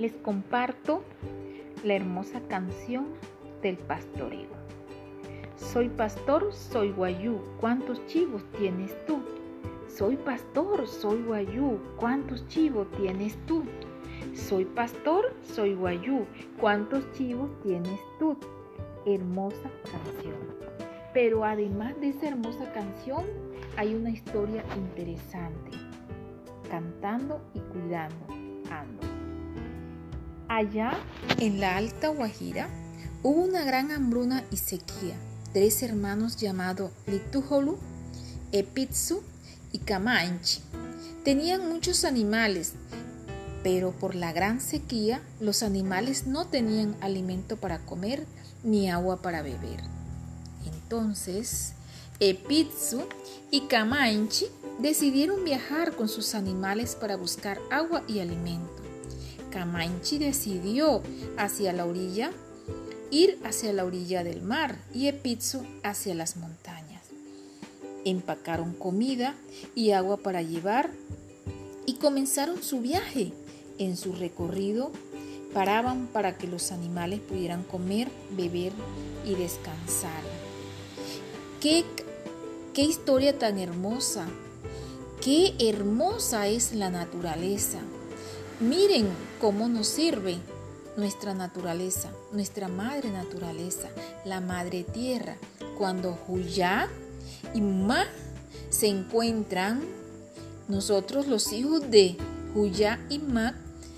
les comparto la hermosa canción del pastoreo. Soy pastor, soy guayú, ¿cuántos chivos tienes tú? Soy pastor, soy guayú, ¿cuántos chivos tienes tú? Soy pastor, soy guayú, ¿cuántos chivos tienes tú? Hermosa canción. Pero además de esa hermosa canción, hay una historia interesante. Cantando y cuidando ando. Allá en la Alta Guajira hubo una gran hambruna y sequía. 3 hermanos llamados Litujolu, Epitsu y Camanchi tenían muchos animales, pero por la gran sequía los animales no tenían alimento para comer ni agua para beber. Entonces, Epitsu y Camanchi decidieron viajar con sus animales para buscar agua y alimento. Camanchi decidió ir hacia la orilla del mar y Epitsu hacia las montañas. Empacaron comida y agua para llevar y comenzaron su viaje. En su recorrido paraban para que los animales pudieran comer, beber y descansar. ¡Qué historia tan hermosa! ¡Qué hermosa es la naturaleza! Miren cómo nos sirve nuestra naturaleza, nuestra madre naturaleza, la madre tierra. Cuando Juyá y Ma se encuentran, nosotros los hijos de Juyá y Ma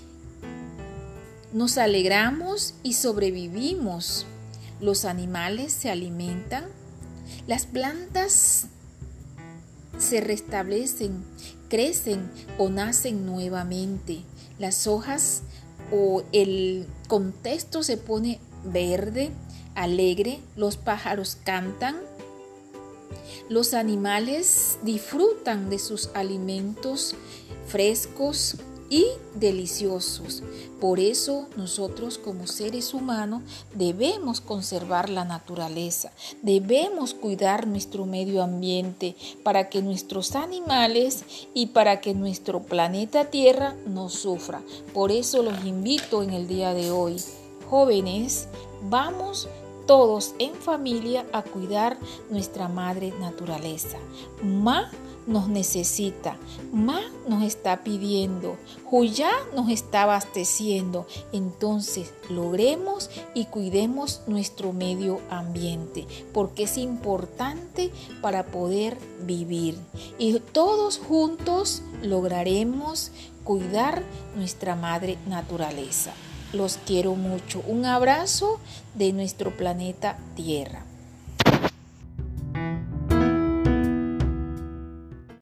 nos alegramos y sobrevivimos. Los animales se alimentan, las plantas se restablecen, crecen o nacen nuevamente. Las hojas o el contexto se pone verde, alegre, los pájaros cantan, los animales disfrutan de sus alimentos frescos y deliciosos. Por eso nosotros como seres humanos debemos conservar la naturaleza, debemos cuidar nuestro medio ambiente para que nuestros animales y para que nuestro planeta Tierra no sufra. Por eso los invito en el día de hoy, jóvenes, vamos todos en familia a cuidar nuestra madre naturaleza. Ma nos necesita, Ma nos está pidiendo, Juyá nos está abasteciendo. Entonces logremos y cuidemos nuestro medio ambiente porque es importante para poder vivir y todos juntos lograremos cuidar nuestra madre naturaleza. Los quiero mucho. Un abrazo de nuestro planeta Tierra.